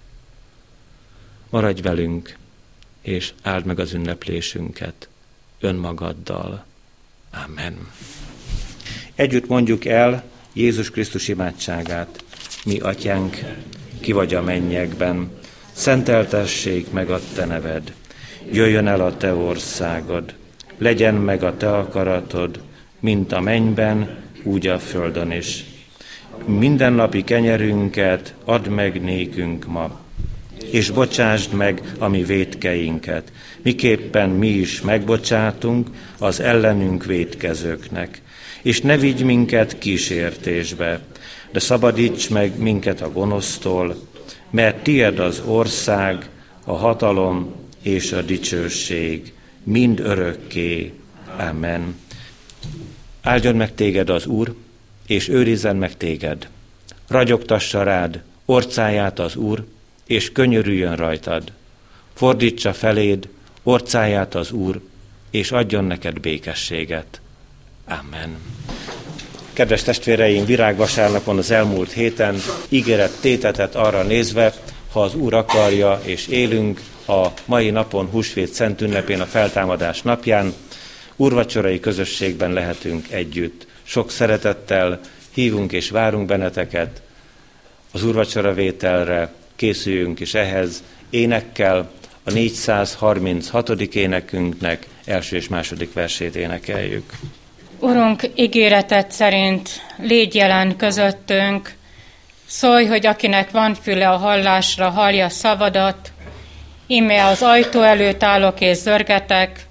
Maradj velünk, és áld meg az ünneplésünket önmagaddal. Amen. Együtt mondjuk el Jézus Krisztus imádságát. Mi atyánk, ki vagy a mennyekben, szenteltessék meg a te neved. Jöjjön el a te országod, legyen meg a te akaratod, mint a mennyben, úgy a földön is. Mindennapi kenyerünket add meg nékünk ma, és bocsásd meg a mi vétkeinket, miképpen mi is megbocsátunk az ellenünk vétkezőknek. És ne vigy minket kísértésbe, de szabadíts meg minket a gonosztól, mert tied az ország, a hatalom és a dicsőség, mind örökké. Amen. Áldjon meg téged az Úr, és őrizzen meg téged. Ragyogtassa rád orcáját az Úr, és könyörüljön rajtad. Fordítsa feléd orcáját az Úr, és adjon neked békességet. Amen. Kedves testvéreim, virágvasárnapon az elmúlt héten ígéret tétetett arra nézve, ha az Úr akarja és élünk, a mai napon, húsvét szent ünnepén, a feltámadás napján úrvacsorai közösségben lehetünk együtt. Sok szeretettel hívunk és várunk benneteket az úrvacsora vételre, készüljünk is ehhez énekkel, a négyszázharminchatodik énekünknek első és második versét énekeljük. Urunk, ígéreted szerint légy jelen közöttünk, szólj, hogy akinek van füle a hallásra, hallja szavadat, íme az ajtó előtt állok és zörgetek,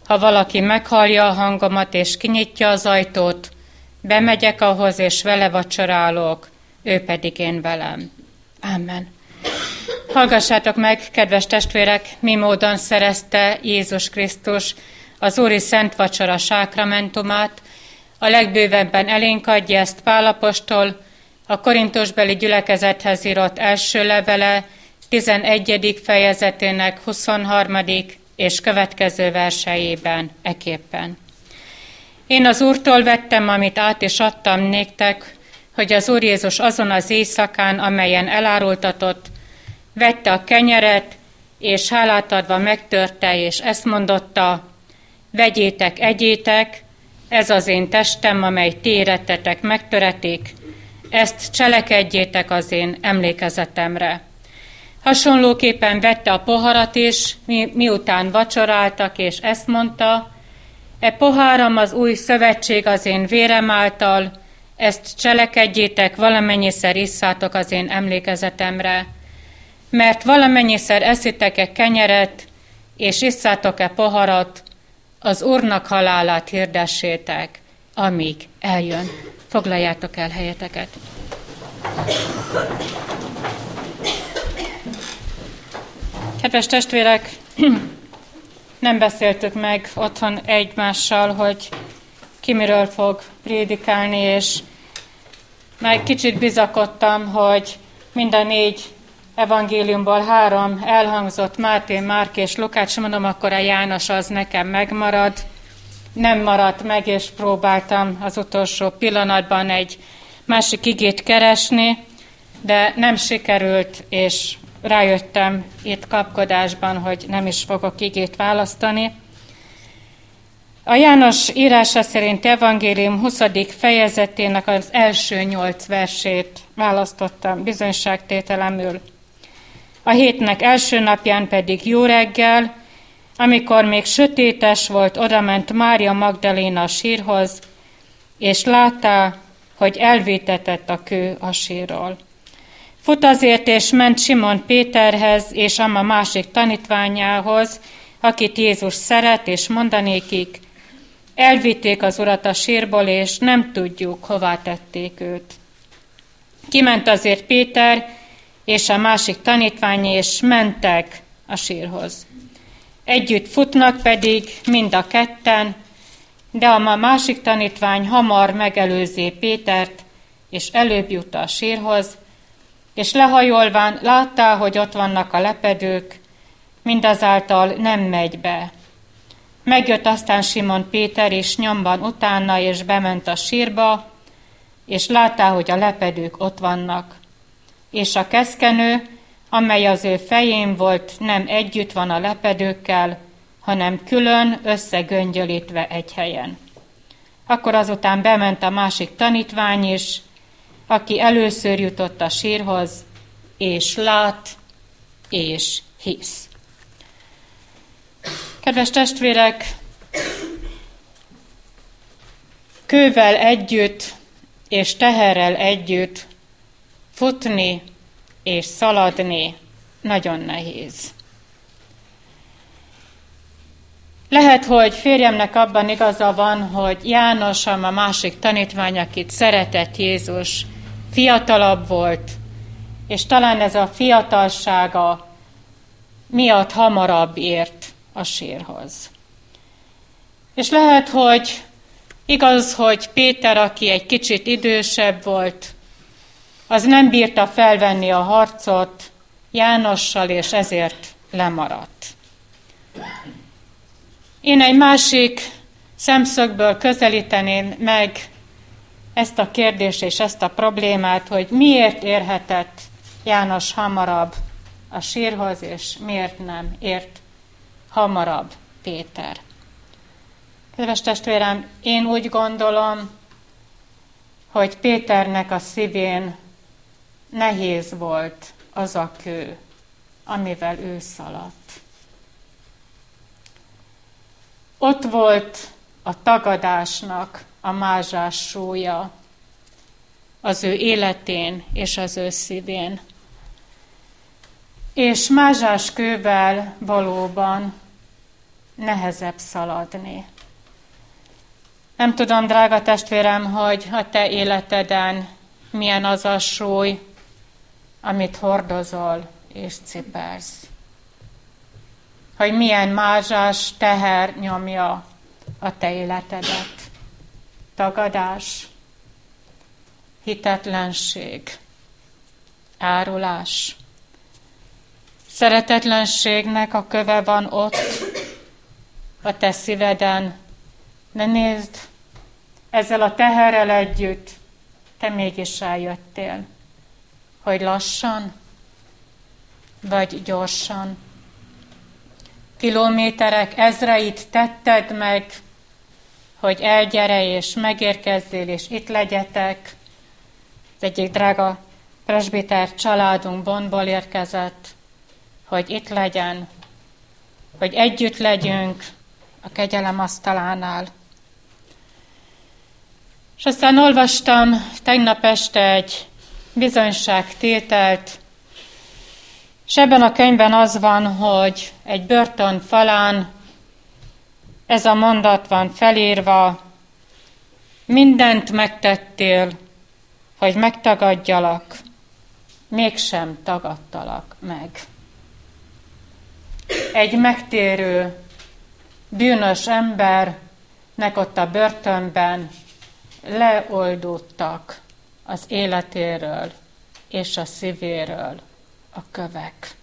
Ha valaki meghallja a hangomat és kinyitja az ajtót, bemegyek ahhoz és vele vacsorálok, ő pedig én velem. Amen. Hallgassátok meg, kedves testvérek, mi módon szerezte Jézus Krisztus az Úri Szent Vacsora sákramentumát. A legbővebben elénk adja ezt Pál apostol, a korintusbeli gyülekezethez írott első levele, tizenegyedik fejezetének huszonharmadik és következő verseiben eképpen. Én az Úrtól vettem, amit át is adtam néktek, hogy az Úr Jézus azon az éjszakán, amelyen elárultatott, vette a kenyeret, és hálát adva megtörte, és ezt mondotta: vegyétek, egyétek, ez az én testem, amely ti érettetek megtöretik, ezt cselekedjétek az én emlékezetemre. Hasonlóképpen vette a poharat is, mi, miután vacsoráltak, és ezt mondta: e poháram az új szövetség az én vérem által, ezt cselekedjétek, valamennyiszer isszátok az én emlékezetemre. Mert valamennyiszer eszitek-e kenyeret, és isszátok-e poharat, az Úrnak halálát hirdessétek, amíg eljön. Foglaljátok el helyeteket. Kedves testvérek, nem beszéltük meg otthon egymással, hogy ki miről fog prédikálni, és már kicsit bizakodtam, hogy mind a négy evangéliumból három elhangzott, Máté, Márk és Lukács, mondom, akkor a János az nekem megmarad. Nem maradt meg, és próbáltam az utolsó pillanatban egy másik igét keresni, de nem sikerült, és rájöttem itt kapkodásban, hogy nem is fogok igét választani. A János írása szerint evangélium huszadik fejezetének az első nyolc versét választottam bizonyságtételemül. A hétnek első napján pedig jó reggel, amikor még sötétes volt, odament Mária Magdaléna a sírhoz, és látta, hogy elvétetett a kő a sírról. Fut azért, és ment Simon Péterhez, és a másik tanítványához, akit Jézus szeret, és mondanékik: elvitték az Urat a sírból, és nem tudjuk, hová tették őt. Kiment azért Péter, és a másik tanítvány, és mentek a sírhoz. Együtt futnak pedig mind a ketten, de a másik tanítvány hamar megelőzi Pétert, és előbb jut a sírhoz, és lehajolván látta, hogy ott vannak a lepedők, mindazáltal nem megy be. Megjött aztán Simon Péter is nyomban utána, és bement a sírba, és látta, hogy a lepedők ott vannak. És a keszkenő, amely az ő fején volt, nem együtt van a lepedőkkel, hanem külön összegöngyölítve egy helyen. Akkor azután bement a másik tanítvány is, aki először jutott a sírhoz, és lát, és hisz. Kedves testvérek, kővel együtt és teherrel együtt futni és szaladni nagyon nehéz. Lehet, hogy férjemnek abban igaza van, hogy János, a másik tanítvány, akit szeretett Jézus, fiatalabb volt, és talán ez a fiatalsága miatt hamarabb ért a sírhoz. És lehet, hogy igaz, hogy Péter, aki egy kicsit idősebb volt, az nem bírta felvenni a harcot Jánossal, és ezért lemaradt. Én egy másik szemszögből közelíteném meg ezt a kérdést és ezt a problémát, hogy miért érhetett János hamarabb a sírhoz, és miért nem ért hamarabb Péter. Kedves testvérem, én úgy gondolom, hogy Péternek a szívén nehéz volt az a kő, amivel ő szaladt. Ott volt a tagadásnak a mázsás súlya az ő életén és az ő szívén. És mázsás kővel valóban nehezebb szaladni. Nem tudom, drága testvérem, hogy a te életeden milyen az a súly, amit hordozol és cipelsz. Hogy milyen mázsás teher nyomja a te életedet. Tagadás, hitetlenség, árulás. Szeretetlenségnek a köve van ott, a te szíveden, de nézd, ezzel a teherrel együtt te mégis eljöttél, hogy lassan, vagy gyorsan. Kilométerek ezreit tetted meg, hogy elgyere és megérkezzél, és itt legyetek. Az egyik drága presbiter családunk Bonnból érkezett, hogy itt legyen, hogy együtt legyünk a kegyelem asztalánál. És aztán olvastam tegnap este egy bizonyságtételt, és ebben a könyvben az van, hogy egy börtön falán ez a mondat van felírva: mindent megtettél, hogy megtagadjalak, mégsem tagadtalak meg. Egy megtérő, bűnös embernek ott a börtönben leoldódtak az életéről és a szívéről a kövek.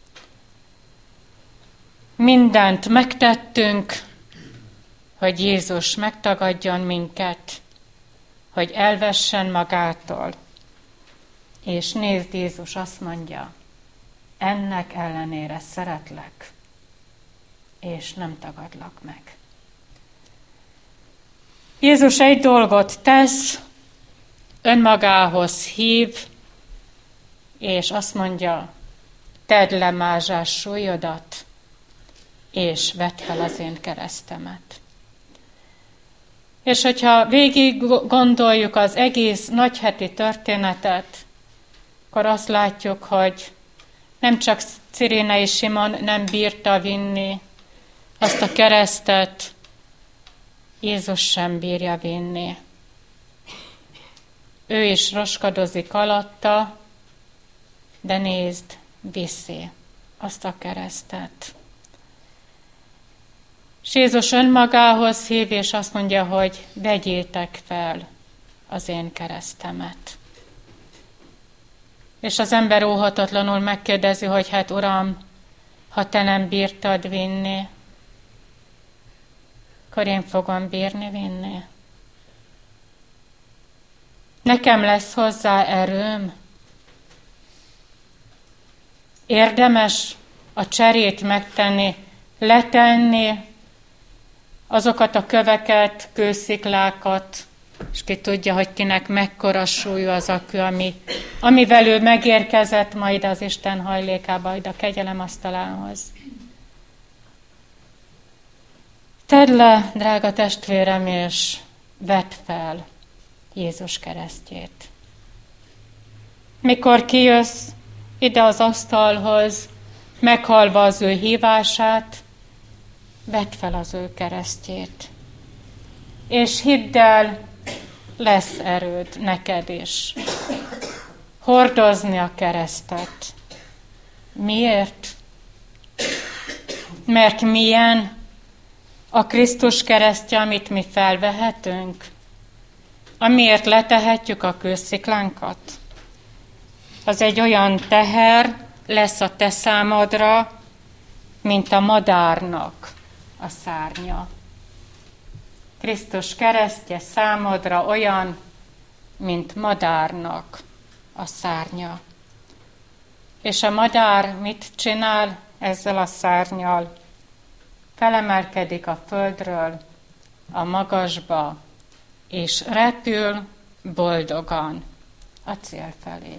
Mindent megtettünk, hogy Jézus megtagadjon minket, hogy elvessen magától. És nézd, Jézus azt mondja, ennek ellenére szeretlek, és nem tagadlak meg. Jézus egy dolgot tesz, önmagához hív, és azt mondja, tedd le mázsás súlyodat, és vedd fel az én keresztemet. És hogyha végig gondoljuk az egész nagyheti történetet, akkor azt látjuk, hogy nem csak Ciréne és Simon nem bírta vinni azt a keresztet, Jézus sem bírja vinni. Ő is roskadozik alatta, de nézd, viszi azt a keresztet. És Jézus önmagához hív, és azt mondja, hogy vegyétek fel az én keresztemet. És az ember óhatatlanul megkérdezi, hogy hát Uram, ha te nem bírtad vinni, akkor én fogom bírni vinni. Nekem lesz hozzá erőm. Érdemes a cserét megtenni, letenni azokat a köveket, kősziklákat, és ki tudja, hogy kinek mekkora súlyú az a kő, ami, amivel ő megérkezett majd az Isten hajlékába, majd a kegyelem asztalához. Tedd le, drága testvérem, és vedd fel Jézus keresztjét. Mikor kijössz ide az asztalhoz, meghallva az ő hívását, vedd fel az ő keresztjét. És hidd el, lesz erőd neked is hordozni a keresztet. Miért? Mert milyen a Krisztus keresztje, amit mi felvehetünk, amiért letehetjük a kősziklánkat. Az egy olyan teher lesz a te számodra, mint a madárnak a szárnya. Krisztus keresztje számodra olyan, mint madárnak a szárnya. És a madár mit csinál ezzel a szárnnyal? Felemelkedik a földről a magasba, és repül boldogan a cél felé.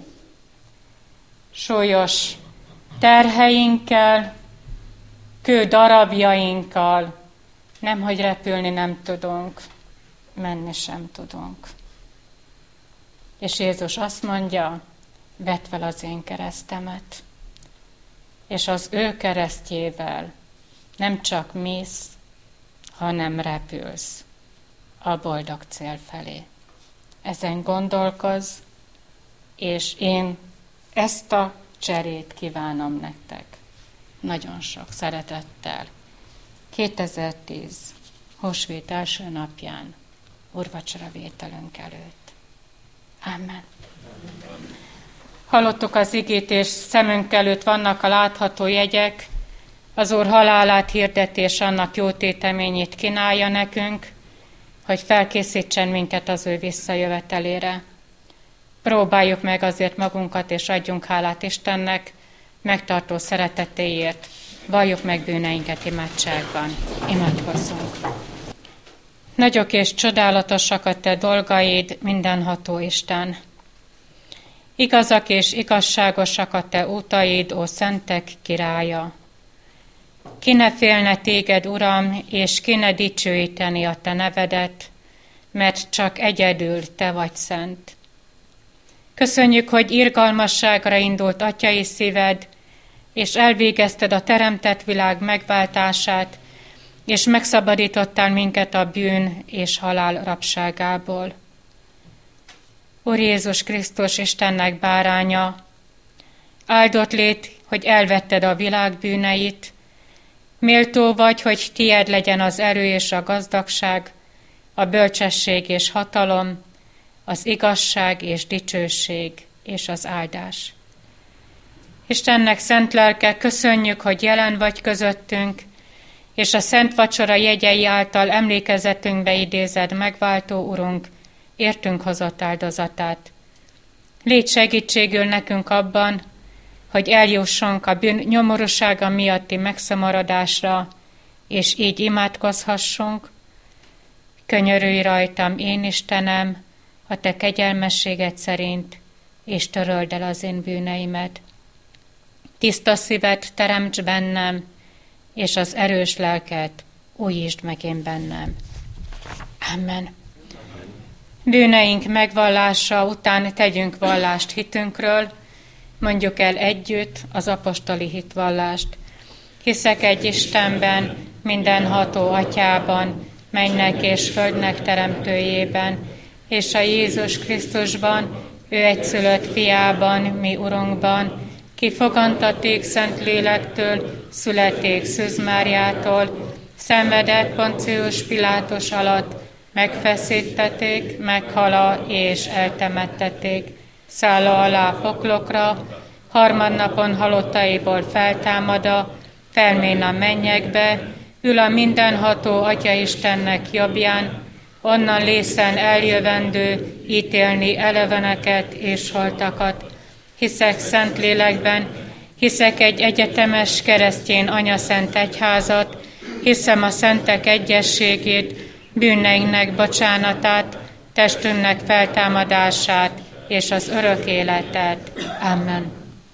Súlyos terheinkkel, kő darabjainkkal, nemhogy repülni nem tudunk, menni sem tudunk. És Jézus azt mondja, vedd fel az én keresztemet, és az ő keresztjével nem csak mész, hanem repülsz a boldog cél felé. Ezen gondolkozz, és én ezt a cserét kívánom nektek. Nagyon sok szeretettel. kétezer-tíz húsvét első napján, úrvacsora vételünk előtt. Amen. Hallottuk az igét, és szemünk előtt vannak a látható jegyek. Az Úr halálát hirdeti, és annak jó téteményét kínálja nekünk, hogy felkészítsen minket az ő visszajövetelére. Próbáljuk meg azért magunkat, és adjunk hálát Istennek megtartó szeretetéért. Valljuk meg bűneinket imádságban. Imádkozzunk. Nagyok és csodálatosak a te dolgaid, mindenható Isten. Igazak és igazságosak a te útaid, ó szentek királya. Ki ne félne téged, Uram, és ki ne dicsőíteni a te nevedet, mert csak egyedül te vagy szent. Köszönjük, hogy irgalmasságra indult atyai szíved, és elvégezted a teremtett világ megváltását, és megszabadítottál minket a bűn és halál rabságából. Úr Jézus Krisztus, Istennek báránya, áldott légy, hogy elvetted a világ bűneit, méltó vagy, hogy tied legyen az erő és a gazdagság, a bölcsesség és hatalom, az igazság és dicsőség és az áldás. Istennek szent lelke, köszönjük, hogy jelen vagy közöttünk, és a szent vacsora jegyei által emlékezetünkbe idézed megváltó Urunk, értünk hozott áldozatát. Légy segítségül nekünk abban, hogy eljussunk a bűn nyomorúsága miatti megszamaradásra, és így imádkozhassunk. Könyörülj rajtam, én Istenem, a te kegyelmességed szerint, és töröld el az én bűneimet. Tiszta szívet teremts bennem, és az erős lelket újítsd meg én bennem. Amen. Bűneink megvallása után tegyünk vallást hitünkről, mondjuk el együtt az apostoli hitvallást. Hiszek egy Istenben, mindenható Atyában, mennek és földnek teremtőjében, és a Jézus Krisztusban, ő egyszülött fiában, mi Urunkban, ki fogantaték Szent Lélektől, születték Szűz Máriától, szenvedett Poncius Pilátus alatt, megfeszítették, meghala és eltemettették, szálla alá poklokra, harmadnapon halottaiból feltámada, felmén a mennyekbe, ül a mindenható Atya Istennek jobbján, onnan lészen eljövendő, ítélni eleveneket és holtakat. Hiszek szent lélekben, hiszek egy egyetemes keresztény anyaszent egyházat, hiszem a szentek egyességét, bűneinknek bocsánatát, testünknek feltámadását és az örök életet. Amen.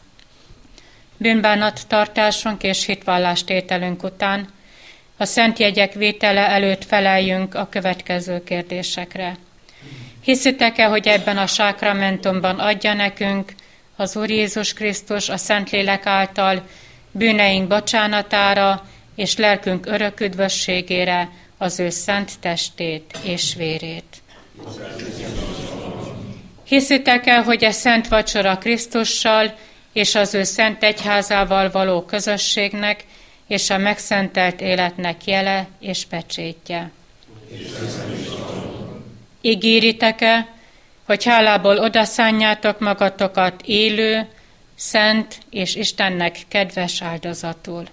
Bűnbánattartásunk és hitvallástételünk után a szent jegyek vétele előtt feleljünk a következő kérdésekre. Hiszitek-e, hogy ebben a sákramentumban adja nekünk az Úr Jézus Krisztus a Szentlélek által bűneink bocsánatára és lelkünk örök üdvösségére az ő szent testét és vérét? Hiszitek-e, hogy a szent vacsora Krisztussal és az ő szent egyházával való közösségnek és a megszentelt életnek jele és pecsétje? Ígéritek-e, hogy hálából odaszánjátok magatokat élő, szent és Istennek kedves áldozatul?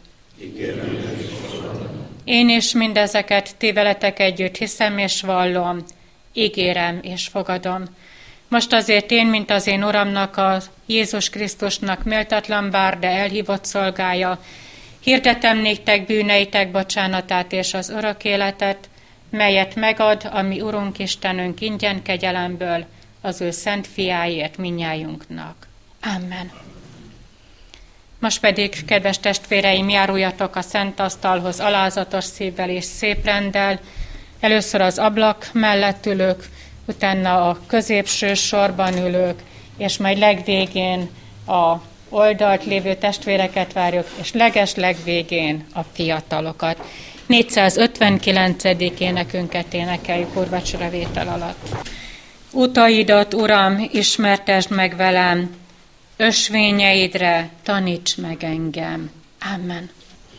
Én is mindezeket ti veletek együtt hiszem és vallom, ígérem és fogadom. Most azért én, mint az én Uramnak, a Jézus Krisztusnak méltatlan bár, de elhívott szolgája, hirdetem néktek bűneitek bocsánatát és az örök életet, melyet megad a mi Urunk Istenünk ingyen kegyelemből, az ő szent fiáért minnyájunknak. Amen. Most pedig, kedves testvéreim, járuljatok a szent asztalhoz alázatos szívvel és szép renddel. Először az ablak mellett ülők, utána a középső sorban ülők, és majd legvégén a oldalt lévő testvéreket várjuk, és legesleg végén a fiatalokat. négyszázötvenkilencedik énekünket énekeljük úrvacsoravétel alatt. Utaidat, Uram, ismertesd meg velem, ösvényeidre taníts meg engem. Amen.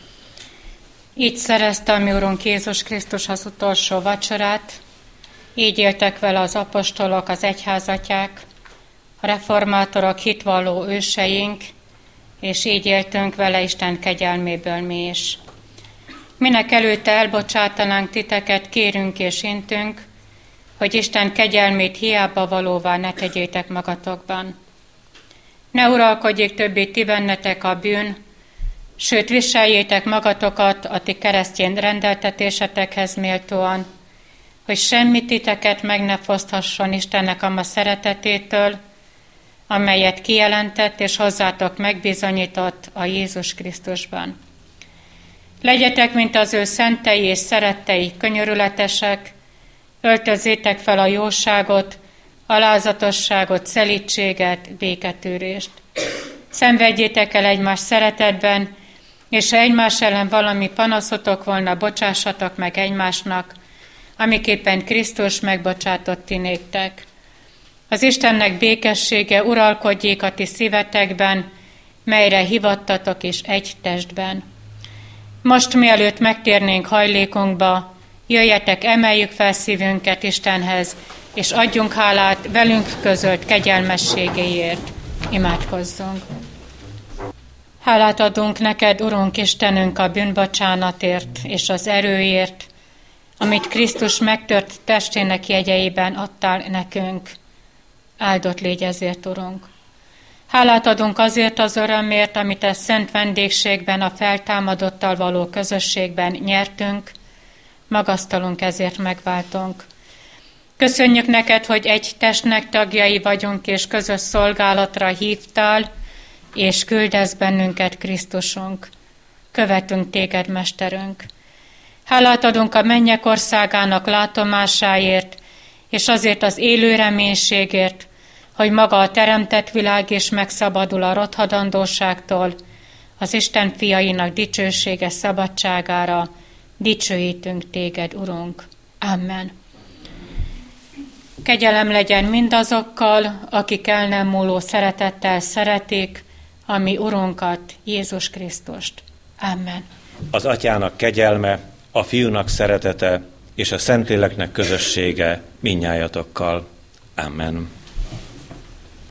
Így szerezte a mi Urunk Jézus Krisztus az utolsó vacsorát, így éltek vele az apostolok, az egyházatják, a reformátorok, hitvalló őseink, és így éltünk vele Isten kegyelméből mi is. Minek előtte elbocsátanánk titeket, kérünk és intünk, hogy Isten kegyelmét hiába valóvá ne tegyétek magatokban. Ne uralkodjék többé ti bennetek a bűn, sőt viseljétek magatokat a ti keresztény rendeltetésetekhez méltóan, hogy semmi titeket meg ne foszthasson Istennek ama szeretetétől, amelyet kijelentett és hozzátok megbizonyított a Jézus Krisztusban. Legyetek, mint az ő szentei és szerettei, könyörületesek, öltözzétek fel a jóságot, alázatosságot, szelídséget, béketűrést. Szenvedjétek el egymás szeretetben, és ha egymás ellen valami panaszotok volna, bocsássatok meg egymásnak, amiképpen Krisztus megbocsátott ti néktek. Az Istennek békessége uralkodjék a ti szívetekben, melyre hivattatok is egy testben. Most mielőtt megtérnénk hajlékunkba, jöjjetek, emeljük fel szívünket Istenhez, és adjunk hálát velünk közölt kegyelmességéért. Imádkozzunk! Hálát adunk neked, Urunk Istenünk, a bűnbocsánatért és az erőért, amit Krisztus megtört testének jegyeiben adtál nekünk. Áldott légy ezért, Urunk! Hálát adunk azért az örömért, amit a szent vendégségben, a feltámadottal való közösségben nyertünk, magasztalunk ezért megváltunk. Köszönjük neked, hogy egy testnek tagjai vagyunk, és közös szolgálatra hívtál, és küldesz bennünket, Krisztusunk. Követünk téged, Mesterünk. Hálát adunk a mennyek országának látomásáért, és azért az élő reménységért, hogy maga a teremtett világ is megszabadul a rothadandóságtól, az Isten fiainak dicsősége szabadságára. Dicsőítünk téged, Urunk. Amen. Kegyelem legyen mindazokkal, akik el nem múló szeretettel szeretik a mi Urunkat, Jézus Krisztust. Amen. Az Atyának kegyelme, a Fiúnak szeretete és a Szentléleknek közössége mindnyájatokkal. Amen.